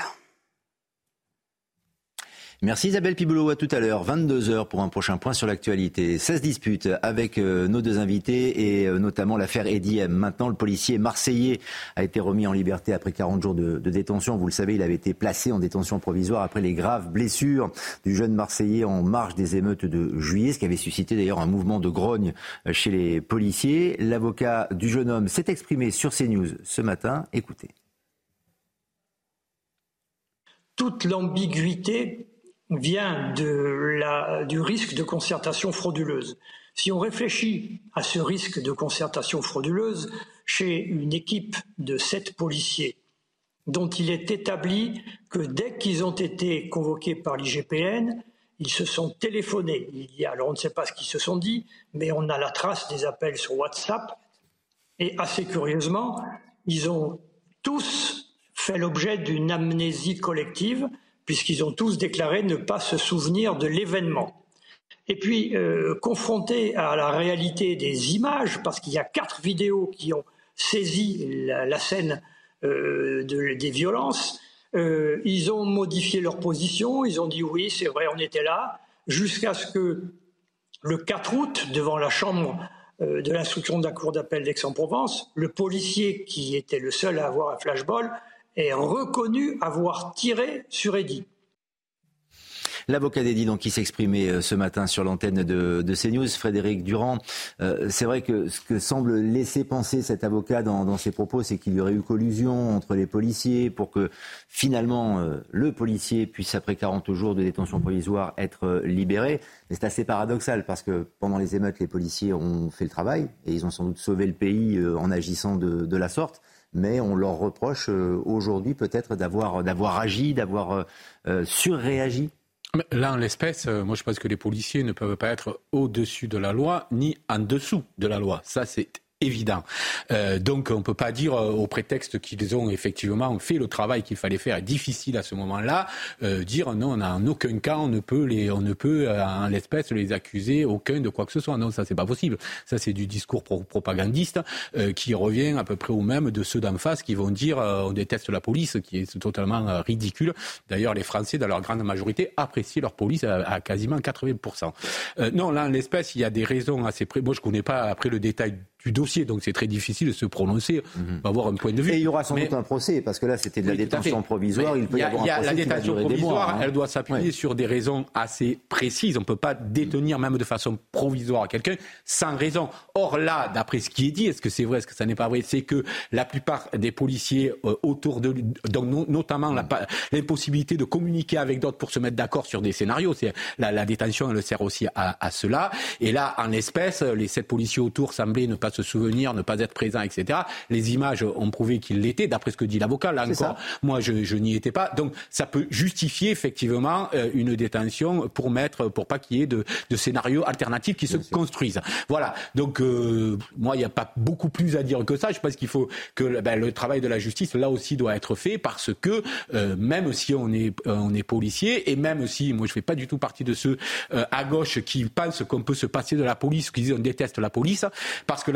Merci Isabelle Piboulot, à tout à l'heure, vingt-deux heures pour un prochain point sur l'actualité. Ça se dispute avec euh, nos deux invités et euh, notamment l'affaire Eddie M. Maintenant, le policier marseillais a été remis en liberté après quarante jours de, de détention. Vous le savez, il avait été placé en détention provisoire après les graves blessures du jeune Marseillais en marge des émeutes de juillet, ce qui avait suscité d'ailleurs un mouvement de grogne chez les policiers. L'avocat du jeune homme s'est exprimé sur CNews ce matin. Écoutez. Toute l'ambiguïté vient de la, du risque de concertation frauduleuse. Si on réfléchit à ce risque de concertation frauduleuse chez une équipe de sept policiers, dont il est établi que dès qu'ils ont été convoqués par l'I G P N, ils se sont téléphonés. Il y a, alors on ne sait pas ce qu'ils se sont dit, mais on a la trace des appels sur WhatsApp. Et assez curieusement, ils ont tous fait l'objet d'une amnésie collective, puisqu'ils ont tous déclaré ne pas se souvenir de l'événement. Et puis, euh, confrontés à la réalité des images, parce qu'il y a quatre vidéos qui ont saisi la, la scène euh, de, des violences, euh, ils ont modifié leur position, ils ont dit oui, c'est vrai, on était là, jusqu'à ce que le quatre août, devant la chambre euh, de l'instruction de la Cour d'appel d'Aix-en-Provence, le policier qui était le seul à avoir un flashball est reconnu avoir tiré sur Eddie. L'avocat d'Eddie, donc, qui s'exprimait ce matin sur l'antenne de, de CNews, Frédéric Durand. Euh, c'est vrai que ce que semble laisser penser cet avocat dans, dans ses propos, c'est qu'il y aurait eu collusion entre les policiers pour que finalement euh, le policier puisse, après quarante jours de détention provisoire, être euh, libéré. Mais c'est assez paradoxal parce que pendant les émeutes, les policiers ont fait le travail et ils ont sans doute sauvé le pays euh, en agissant de, de la sorte. Mais on leur reproche euh, aujourd'hui peut-être d'avoir, d'avoir agi, d'avoir euh, surréagi. Là, en l'espèce, moi je pense que les policiers ne peuvent pas être au-dessus de la loi ni en dessous de la loi. Ça, c'est évident. Euh, donc on ne peut pas dire euh, au prétexte qu'ils ont effectivement fait le travail qu'il fallait faire, difficile à ce moment-là, euh, dire non, en aucun cas on ne peut, les, on ne peut euh, en l'espèce les accuser aucun de quoi que ce soit. Non, ça c'est pas possible. Ça c'est du discours pro- propagandiste euh, qui revient à peu près au même de ceux d'en face qui vont dire euh, on déteste la police, qui est totalement euh, ridicule. D'ailleurs les Français dans leur grande majorité apprécient leur police à, à quasiment quatre-vingts pour cent. Euh, non, là en l'espèce il y a des raisons assez près. Moi je connais pas après le détail du dossier, donc c'est très difficile de se prononcer, mmh. on va avoir un point de vue. Et il y aura sans mais... doute un procès, parce que là c'était de la oui, détention provisoire, mais il peut y, y avoir y a, un procès. La détention provisoire, mois, hein. elle doit s'appuyer oui. sur des raisons assez précises, on ne peut pas détenir même de façon provisoire quelqu'un sans raison. Or là, d'après ce qui est dit, est-ce que c'est vrai, est-ce que ça n'est pas vrai, c'est que la plupart des policiers euh, autour de lui, donc no, notamment la, l'impossibilité de communiquer avec d'autres pour se mettre d'accord sur des scénarios, c'est, la, la détention elle sert aussi à, à cela, et là en l'espèce, les sept policiers autour semblaient ne pas se souvenir, ne pas être présent, et cetera. Les images ont prouvé qu'il l'était, d'après ce que dit l'avocat. Là c'est encore, ça. moi, je, je n'y étais pas. Donc, ça peut justifier effectivement euh, une détention pour mettre, pour pas qu'il y ait de, de scénarios alternatifs qui Bien se sûr. construisent. Voilà. Donc, euh, moi, il n'y a pas beaucoup plus à dire que ça. Je pense qu'il faut que ben, le travail de la justice, là aussi, doit être fait parce que euh, même si on est, euh, on est policier et même si, moi, je fais pas du tout partie de ceux euh, à gauche qui pensent qu'on peut se passer de la police, qui disent on déteste la police, parce que la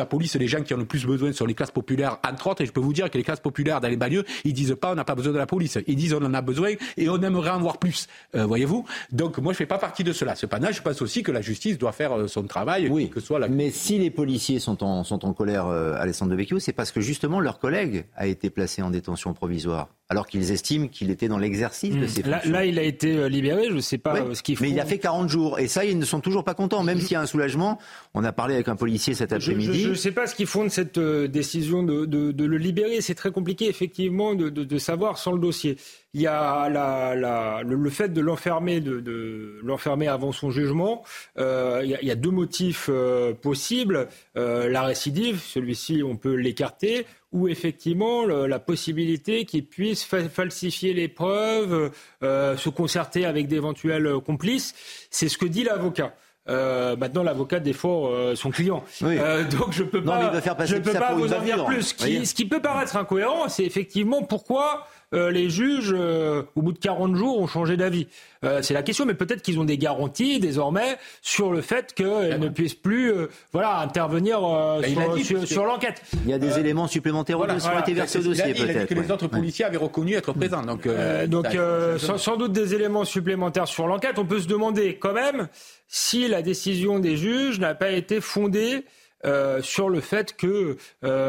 police, les gens qui ont le plus besoin sont les classes populaires, entre autres. Et je peux vous dire que les classes populaires dans les banlieues, ils disent pas on n'a pas besoin de la police. Ils disent on en a besoin et on aimerait en voir plus. Euh, voyez-vous. Donc moi je fais pas partie de cela. Cependant, je pense aussi que la justice doit faire son travail. Oui. Que soit la... Mais si les policiers sont en, sont en colère, euh, Alessandro Devecchio, c'est parce que justement leur collègue a été placé en détention provisoire, alors qu'ils estiment qu'il était dans l'exercice mmh. de ses là, fonctions. Là, il a été libéré, je ne sais pas oui, euh, ce qu'il faut. Mais il a fait quarante jours, et ça, ils ne sont toujours pas contents, même s'il y a un soulagement. On a parlé avec un policier cet après-midi. Je ne sais pas ce qu'ils font de cette euh, décision de, de, de le libérer. C'est très compliqué, effectivement, de, de, de savoir sans le dossier. Il y a la, la, le, le fait de l'enfermer, de, de l'enfermer avant son jugement. Euh, il, y a, il y a deux motifs euh, possibles. Euh, la récidive, celui-ci, on peut l'écarter, ou effectivement le, la possibilité qu'il puisse fa- falsifier les preuves, euh, se concerter avec d'éventuels complices. C'est ce que dit l'avocat. Euh, maintenant, l'avocat défend euh, son client. Oui. Euh, donc, je peux non, pas, je peux pas vous en dire plus. Ce qui, ce qui peut paraître incohérent, c'est effectivement pourquoi euh, les juges, euh, au bout de quarante jours, ont changé d'avis. Euh, c'est la question, mais peut-être qu'ils ont des garanties désormais sur le fait qu'ils ah ne puissent plus, euh, voilà, intervenir euh, sur, dit, sur, sur l'enquête. Il y a des euh, éléments supplémentaires voilà, qui voilà, ont été versés au dossier, il a dit, peut-être. Il a dit que ouais. les autres policiers avaient reconnu être présents. Donc, euh, euh, donc ça, euh, ça, sans, sans doute des éléments supplémentaires sur l'enquête. On peut se demander quand même si la décision des juges n'a pas été fondée Euh, sur le fait que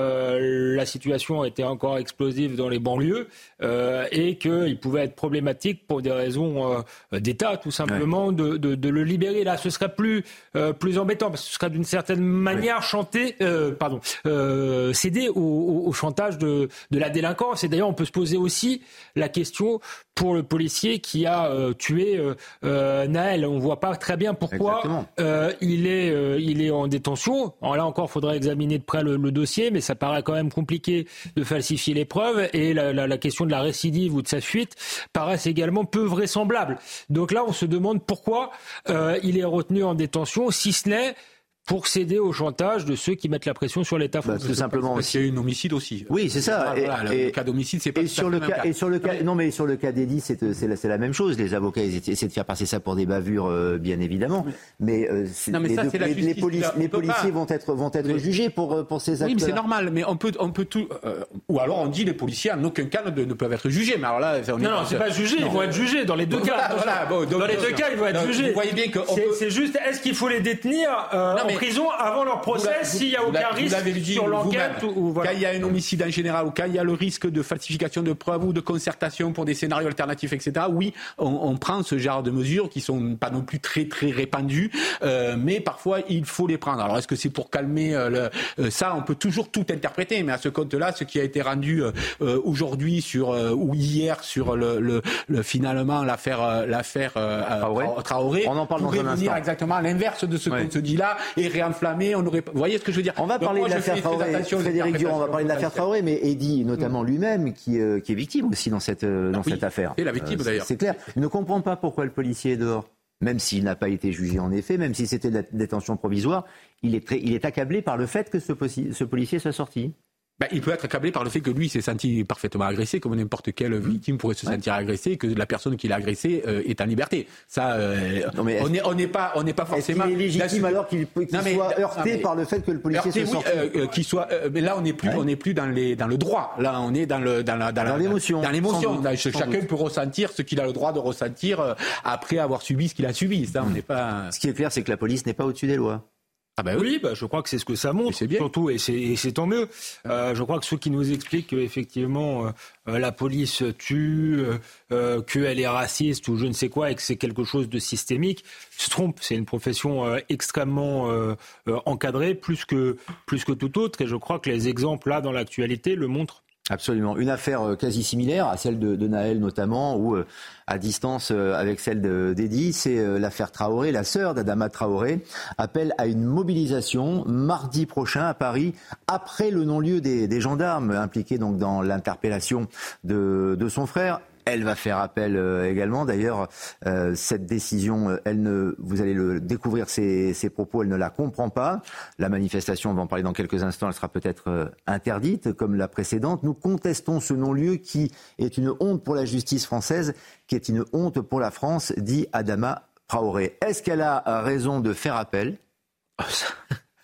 euh, la situation était encore explosive dans les banlieues euh, et qu'il pouvait être problématique pour des raisons euh, d'État, tout simplement, ouais. de, de, de le libérer. Là, ce serait plus, euh, plus embêtant, parce que ce serait d'une certaine manière ouais. chanter, euh, pardon, euh, céder au, au, au chantage de, de la délinquance. Et d'ailleurs, on peut se poser aussi la question pour le policier qui a euh, tué euh, euh, Naël. On ne voit pas très bien pourquoi euh, il, est, euh, il est en détention. Alors là encore, il faudrait examiner de près le, le dossier, mais ça paraît quand même compliqué de falsifier les preuves. Et la, la, la question de la récidive ou de sa fuite paraissent également peu vraisemblables. Donc là, on se demande pourquoi euh, il est retenu en détention, si ce n'est pour céder au chantage de ceux qui mettent la pression sur l'État français. Bah, tout simplement. Parce qu'il y a eu un homicide aussi. Oui, c'est ça. Et, voilà, et, le cas d'homicide, c'est pas et sur le cas, cas. Et sur le cas, non mais sur le cas d'Eddy, c'est, c'est, la, c'est la même chose. Les avocats ils essaient de faire passer ça pour des bavures, euh, bien évidemment. Mais, euh, c'est, non, mais les, ça, deux, c'est la les, les, police, les policiers vont être vont être mais, jugés pour pour ces actes. Oui, mais c'est normal. Mais on peut on peut tout. Euh, ou alors on dit les policiers en aucun cas ne, ne peuvent être jugés. Mais alors là, on non, non, c'est pas jugé. Ils vont être jugés dans les deux cas. Dans les deux cas, ils vont être jugés. Vous voyez bien que c'est juste. Est-ce qu'il faut les détenir en prison avant leur procès s'il n'y a aucun risque dit, sur l'enquête ou, ou voilà. Quand il y a un homicide en général ou quand il y a le risque de falsification de preuves ou de concertation pour des scénarios alternatifs, et cetera, oui, on, on prend ce genre de mesures qui sont pas non plus très très répandues, euh, mais parfois il faut les prendre. Alors est-ce que c'est pour calmer euh, le, euh, ça, on peut toujours tout interpréter, mais à ce compte-là, ce qui a été rendu euh, aujourd'hui sur euh, ou hier sur le, le, le finalement l'affaire euh, l'affaire euh, Traoré. Traoré, on en parle dans un instant. Venir exactement à l'inverse de ce ouais. qu'on se dit là et réenflammer. On aurait, vous voyez ce que je veux dire? On va parler de l'affaire Traoré. Frédéric Durand, on va parler de l'affaire Traoré, mais Eddy, notamment lui-même, qui, euh, qui est victime aussi dans cette, euh, dans oui, cette affaire. Et la victime euh, d'ailleurs. C'est clair. Il ne comprend pas pourquoi le policier est dehors. Même s'il n'a pas été jugé en effet, même si c'était de la détention provisoire, il est, très, il est accablé par le fait que ce, ce policier soit sorti. Ben, il peut être accablé par le fait que lui s'est senti parfaitement agressé, comme n'importe quelle victime pourrait se ouais. sentir agressée, que la personne qui l'a agressé euh, est en liberté. Ça, euh, non, mais on n'est on n'est pas on n'est pas forcément. Est-ce qu'il est légitime là, alors qu'il, qu'il non, mais, soit heurté non, par le fait que le policier heurté, soit sorti. Oui, euh, qu'il soit. Euh, mais là, on n'est plus ouais. on n'est plus dans les dans le droit. Là, on est dans le dans la dans, dans la, l'émotion. Dans l'émotion. Doute, là, chacun peut ressentir ce qu'il a le droit de ressentir euh, après avoir subi ce qu'il a subi. Ça, on n'est pas. Ce qui est clair, c'est que la police n'est pas au-dessus des lois. Ah bah oui, bah je crois que c'est ce que ça montre, et surtout, et c'est, et c'est tant mieux. Euh, je crois que ceux qui nous expliquent qu'effectivement euh, la police tue, euh, qu'elle est raciste ou je ne sais quoi, et que c'est quelque chose de systémique, se trompent. C'est une profession euh, extrêmement euh, euh, encadrée, plus que, plus que tout autre, et je crois que les exemples là dans l'actualité le montrent. Absolument. Une affaire quasi similaire à celle de, de Naël notamment, ou euh, à distance euh, avec celle de, d'Eddy, c'est euh, l'affaire Traoré. La sœur d'Adama Traoré appelle à une mobilisation mardi prochain à Paris, après le non-lieu des, des gendarmes impliqués donc dans l'interpellation de, de son frère. Elle va faire appel euh, également. D'ailleurs, euh, cette décision, elle ne, vous allez le découvrir ses, ses propos, elle ne la comprend pas. La manifestation, on va en parler dans quelques instants, elle sera peut-être euh, interdite comme la précédente. Nous contestons ce non-lieu qui est une honte pour la justice française, qui est une honte pour la France, dit Adama Traoré. Est-ce qu'elle a raison de faire appel ?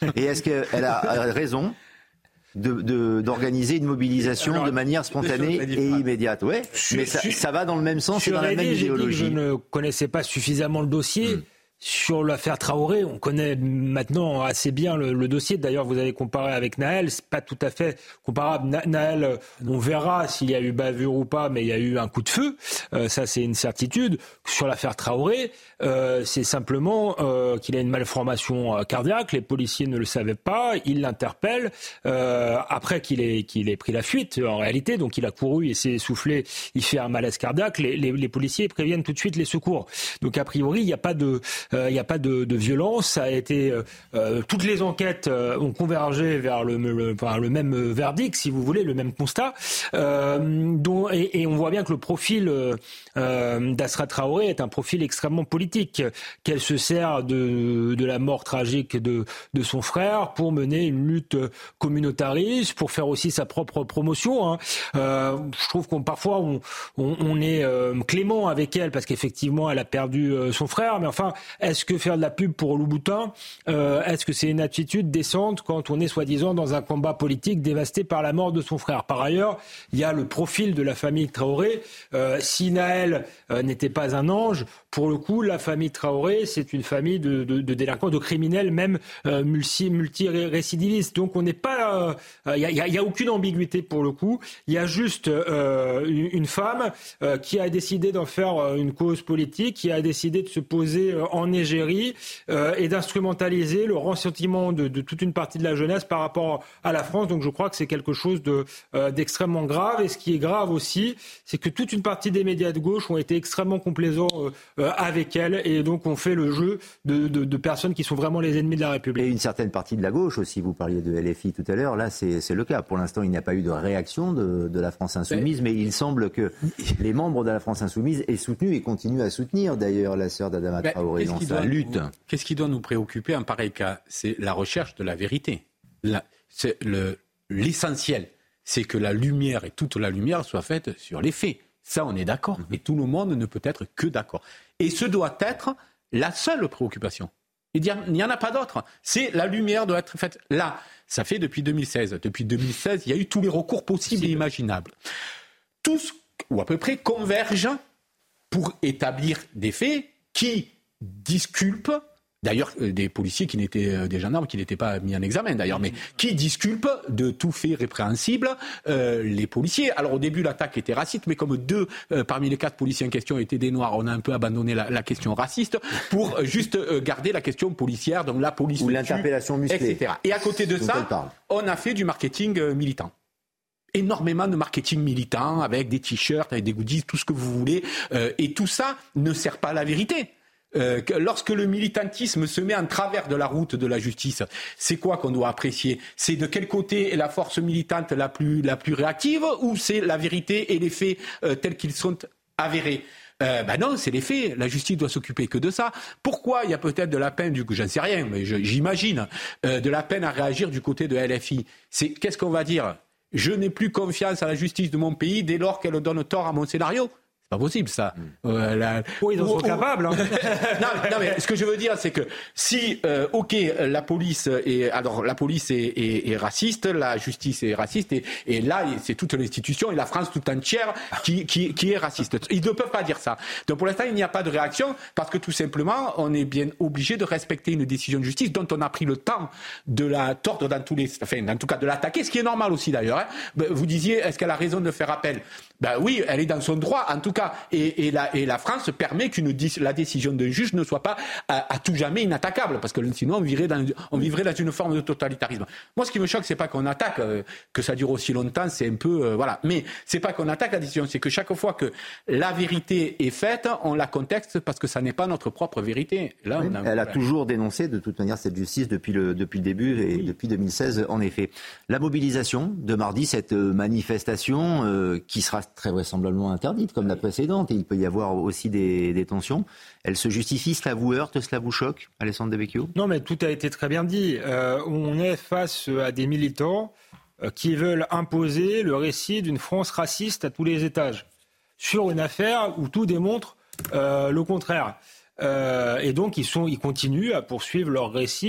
Et est-ce qu'elle a raison de, de, d'organiser une mobilisation Alors, de manière spontanée et immédiate? Ouais, sur, mais ça, sur, ça va dans le même sens et dans la même idéologie. Je ne connaissais pas suffisamment le dossier. Mmh. Sur l'affaire Traoré, on connaît maintenant assez bien le, le dossier. D'ailleurs, vous avez comparé avec Nahel, c'est pas tout à fait comparable. Na, Nahel, on verra s'il y a eu bavure ou pas, mais il y a eu un coup de feu. Euh, ça, c'est une certitude. Sur l'affaire Traoré, euh, c'est simplement euh, qu'il a une malformation cardiaque. Les policiers ne le savaient pas. Ils l'interpellent euh, après qu'il ait, qu'il ait pris la fuite, en réalité. Donc, il a couru, il s'est essoufflé, il fait un malaise cardiaque. Les, les, les policiers préviennent tout de suite les secours. Donc, a priori, il n'y a pas de... Il euh, n'y a pas de, de violence. Ça a été euh, euh, toutes les enquêtes euh, ont convergé vers le, le, enfin, le même verdict, si vous voulez, le même constat. Euh, dont, et, et on voit bien que le profil euh, d'Asra Traoré est un profil extrêmement politique. Qu'elle se sert de, de la mort tragique de, de son frère pour mener une lutte communautariste, pour faire aussi sa propre promotion. Hein. Euh, je trouve qu'on parfois on, on, on est euh, clément avec elle parce qu'effectivement elle a perdu euh, son frère, mais enfin. Est-ce que faire de la pub pour Louboutin, euh, est-ce que c'est une attitude décente quand on est soi-disant dans un combat politique dévasté par la mort de son frère? Par ailleurs, il y a le profil de la famille Traoré. Euh, si Nahel euh, n'était pas un ange, pour le coup, la famille Traoré, c'est une famille de, de, de délinquants, de criminels, même euh, multi, multi-récidivistes. Donc on n'est pas... Il euh, n'y a, y a aucune ambiguïté pour le coup. Il y a juste euh, une, une femme euh, qui a décidé d'en faire une cause politique, qui a décidé de se poser euh, en égérie euh, et d'instrumentaliser le ressentiment de, de toute une partie de la jeunesse par rapport à la France. Donc je crois que c'est quelque chose de, euh, d'extrêmement grave. Et ce qui est grave aussi, c'est que toute une partie des médias de gauche ont été extrêmement complaisants euh, avec elle et donc on fait le jeu de, de, de personnes qui sont vraiment les ennemis de la République. Et une certaine partie de la gauche aussi, vous parliez de L F I tout à l'heure, là c'est, c'est le cas. Pour l'instant, il n'y a pas eu de réaction de, de la France Insoumise, mais il semble que les membres de la France Insoumise aient soutenu et continuent à soutenir d'ailleurs la sœur d'Adama Traoré dans sa lutte. Qu'est-ce qui doit nous préoccuper en pareil cas? C'est la recherche de la vérité. La, c'est le, l'essentiel, c'est que la lumière et toute la lumière soit faite sur les faits. Ça, on est d'accord. Et tout le monde ne peut être que d'accord. Et ce doit être la seule préoccupation. Il n'y en a pas d'autre. C'est la lumière doit être faite là. Ça fait depuis deux mille seize. Depuis deux mille seize, il y a eu tous les recours possibles et imaginables. Tous, ou à peu près, convergent pour établir des faits qui disculpent, d'ailleurs des policiers qui n'étaient, des gendarmes qui n'étaient pas mis en examen d'ailleurs, mais qui disculpent de tout fait répréhensible euh, les policiers. Alors au début l'attaque était raciste, mais comme deux euh, parmi les quatre policiers en question étaient des noirs, on a un peu abandonné la, la question raciste pour euh, juste euh, garder la question policière, donc la police ou l'interpellation musclée, et cetera. Et à côté de ça, on a fait du marketing euh, militant. Énormément de marketing militant avec des t-shirts, avec des goodies, tout ce que vous voulez, euh, et tout ça ne sert pas à la vérité. Euh, lorsque le militantisme se met en travers de la route de la justice, c'est quoi qu'on doit apprécier? C'est de quel côté est la force militante la plus, la plus réactive, ou c'est la vérité et les faits euh, tels qu'ils sont avérés? Euh, ben non, c'est les faits. La justice doit s'occuper que de ça. Pourquoi il y a peut-être de la peine, du coup, j'en sais rien, mais je, j'imagine, euh, de la peine à réagir du côté de L F I? C'est, qu'est-ce qu'on va dire? Je n'ai plus confiance à la justice de mon pays dès lors qu'elle donne tort à mon scénario. C'est pas possible, ça. Mmh. Euh, la... Oui, ils en sont oh, capables. Hein. non, non, mais ce que je veux dire, c'est que si, euh, ok, la police est, alors la police est, est, est raciste, la justice est raciste, et, et là, c'est toute l'institution et la France tout entière qui, qui, qui est raciste. Ils ne peuvent pas dire ça. Donc pour l'instant, il n'y a pas de réaction parce que tout simplement, on est bien obligé de respecter une décision de justice dont on a pris le temps de la tordre dans tous les, enfin, en tout cas, de l'attaquer, ce qui est normal aussi d'ailleurs. Hein. Vous disiez, est-ce qu'elle a raison de faire appel? Ben oui, elle est dans son droit, en tout cas, et, et, la, et la France permet qu'une la décision d'un juge ne soit pas à, à tout jamais inattaquable, parce que sinon on vivrait dans, on vivrait dans une forme de totalitarisme. Moi, ce qui me choque, c'est pas qu'on attaque, euh, que ça dure aussi longtemps, c'est un peu, euh, voilà. Mais c'est pas qu'on attaque la décision, c'est que chaque fois que la vérité est faite, on la contexte parce que ça n'est pas notre propre vérité. Là, oui, on a elle a toujours dénoncé de toute manière cette justice depuis le depuis le début et oui. depuis deux mille seize, en effet. La mobilisation de mardi, cette manifestation euh, qui sera très vraisemblablement interdite comme la précédente, et il peut y avoir aussi des, des tensions. Elle se justifie, cela vous heurte, cela vous choque, Alessandro De Vecchio? Non, mais tout a été très bien dit. Euh, on est face à des militants euh, qui veulent imposer le récit d'une France raciste à tous les étages, sur une affaire où tout démontre euh, le contraire. Euh, et donc ils, sont, ils continuent à poursuivre leur récit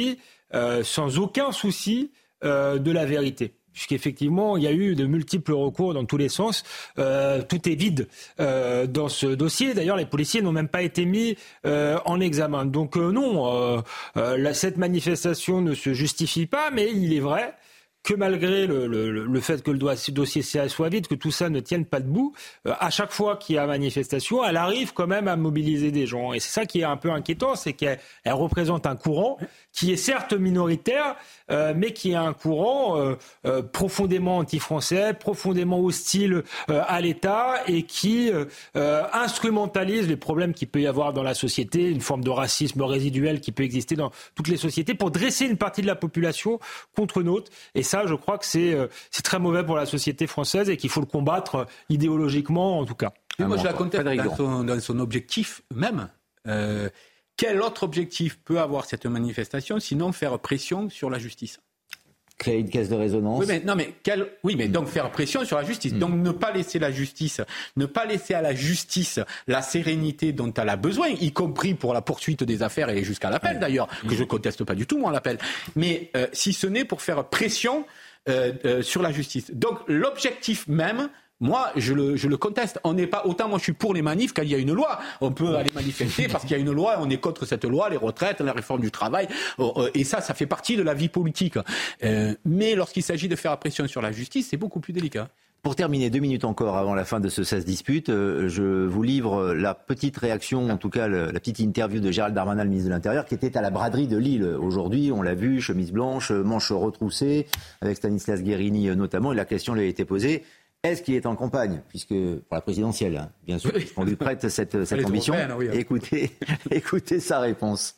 euh, sans aucun souci euh, de la vérité. Puisqu'effectivement, il y a eu de multiples recours dans tous les sens. Euh, tout est vide euh, dans ce dossier. D'ailleurs, les policiers n'ont même pas été mis euh, en examen. Donc euh, non, euh, euh, la, cette manifestation ne se justifie pas, mais il est vrai que malgré le, le, le fait que le dossier soit vide, que tout ça ne tienne pas debout, euh, à chaque fois qu'il y a manifestation, elle arrive quand même à mobiliser des gens. Et c'est ça qui est un peu inquiétant, c'est qu'elle elle représente un courant qui est certes minoritaire, euh, mais qui est un courant euh, euh, profondément anti-français, profondément hostile euh, à l'État et qui euh, euh, instrumentalise les problèmes qu'il peut y avoir dans la société, une forme de racisme résiduel qui peut exister dans toutes les sociétés pour dresser une partie de la population contre une autre. Et ça, je crois que c'est, euh, c'est très mauvais pour la société française et qu'il faut le combattre euh, idéologiquement, en tout cas. Et moi, je la conteste dans son, dans son objectif même. Euh, Quel autre objectif peut avoir cette manifestation sinon faire pression sur la justice ? Créer une caisse de résonance. Oui, mais, non, mais quel, oui, mais donc faire pression sur la justice. Mmh. Donc ne pas laisser la justice, ne pas laisser à la justice la sérénité dont elle a besoin, y compris pour la poursuite des affaires et jusqu'à l'appel mmh. d'ailleurs, que mmh. je ne conteste pas du tout, moi, l'appel. Mais euh, si ce n'est pour faire pression euh, euh, sur la justice. Donc l'objectif même... Moi, je le, je le conteste. On n'est pas autant. Moi, je suis pour les manifs quand il y a une loi. On peut aller manifester parce qu'il y a une loi. On est contre cette loi, les retraites, la réforme du travail. Et ça, ça fait partie de la vie politique. Euh, mais lorsqu'il s'agit de faire pression sur la justice, c'est beaucoup plus délicat. Pour terminer, deux minutes encore avant la fin de ce Ça se dispute, euh, je vous livre la petite réaction, en tout cas le, la petite interview de Gérald Darmanin, le ministre de l'Intérieur, qui était à la braderie de Lille aujourd'hui. On l'a vu, chemise blanche, manches retroussées, avec Stanislas Guérini notamment. Et la question lui a été posée. Est-ce qu'il est en campagne ? Puisque, pour la présidentielle, hein, bien sûr, on lui prête cette, cette ambition. Oui, hein. écoutez, écoutez sa réponse.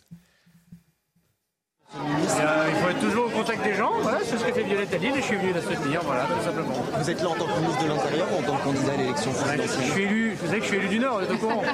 Euh, il faut être toujours au contact des gens, voilà, c'est ce que fait Violette à Lille et je suis venu la soutenir, voilà, tout simplement. Vous êtes là en tant que ministre de l'Intérieur ou en tant que candidat à l'élection présidentielle ? Je suis élu, vous savez que je suis élu du Nord, vous êtes au courant.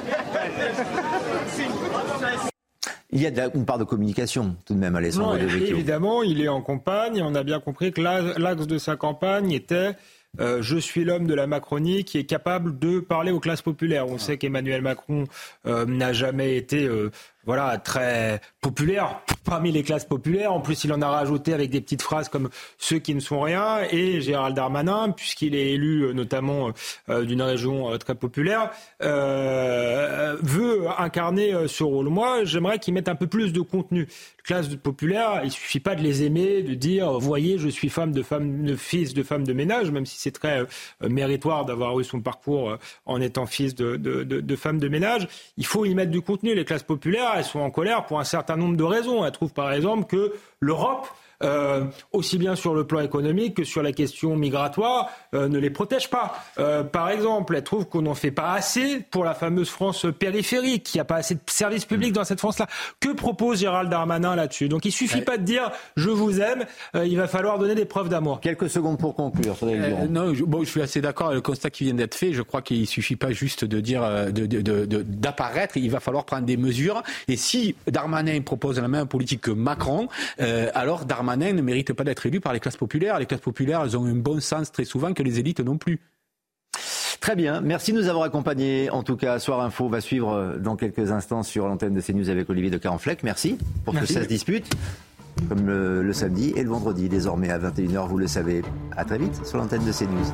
Il y a de la, une part de communication tout de même, Alessandro De Vecchio. Évidemment, il est en campagne et on a bien compris que l'axe de sa campagne était... Euh, je suis l'homme de la Macronie qui est capable de parler aux classes populaires. On sait qu'Emmanuel Macron euh, n'a jamais été euh, voilà, très populaire parmi les classes populaires. En plus, il en a rajouté avec des petites phrases comme « ceux qui ne sont rien ». Et Gérald Darmanin, puisqu'il est élu notamment euh, d'une région euh, très populaire, euh, veut incarner euh, ce rôle. Moi, j'aimerais qu'il mette un peu plus de contenu. Classe populaire, il suffit pas de les aimer, de dire « voyez, je suis femme de femme, de fils de femme de ménage », même si c'est très euh, méritoire d'avoir eu son parcours euh, en étant fils de, de, de, de femme de ménage. Il faut y mettre du contenu. Les classes populaires, elles sont en colère pour un certain nombre de raisons. Elles trouvent par exemple que l'Europe, euh, aussi bien sur le plan économique que sur la question migratoire, euh, ne les protège pas. Euh, par exemple, elles trouvent qu'on n'en fait pas assez pour la fameuse France périphérique, qu'il n'y a pas assez de services publics dans cette France-là. Que propose Gérald Darmanin là-dessus ? Donc il ne suffit ouais. pas de dire « je vous aime euh, », il va falloir donner des preuves d'amour. Quelques secondes pour conclure. Euh, non, je, bon, je suis assez d'accord avec le constat qui vient d'être fait. Je crois qu'il ne suffit pas juste de dire, de, de, de, de, d'apparaître, il va falloir prendre des mesures. Et si Darmanin propose la même politique que Macron, euh, alors Darmanin ne mérite pas d'être élu par les classes populaires. Les classes populaires, elles ont un bon sens très souvent que les élites non plus. Très bien, merci de nous avoir accompagnés. En tout cas, Soir Info va suivre dans quelques instants sur l'antenne de CNews avec Olivier de Carenfleck. Merci pour merci. que ça se dispute. Comme le, le samedi et le vendredi, désormais à vingt et une heures, vous le savez. À très vite sur l'antenne de CNews.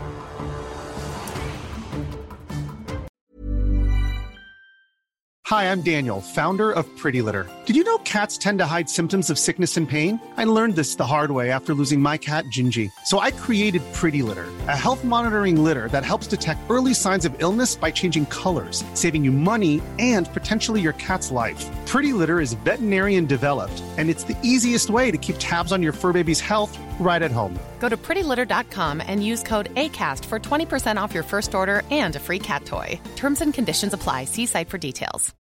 Hi, I'm Daniel, founder of Pretty Litter. Did you know cats tend to hide symptoms of sickness and pain? I learned this the hard way after losing my cat, Gingy. So I created Pretty Litter, a health monitoring litter that helps detect early signs of illness by changing colors, saving you money and potentially your cat's life. Pretty Litter is veterinarian developed, and it's the easiest way to keep tabs on your fur baby's health right at home. Go to pretty litter dot com and use code ACAST for twenty percent off your first order and a free cat toy. Terms and conditions apply. See site for details.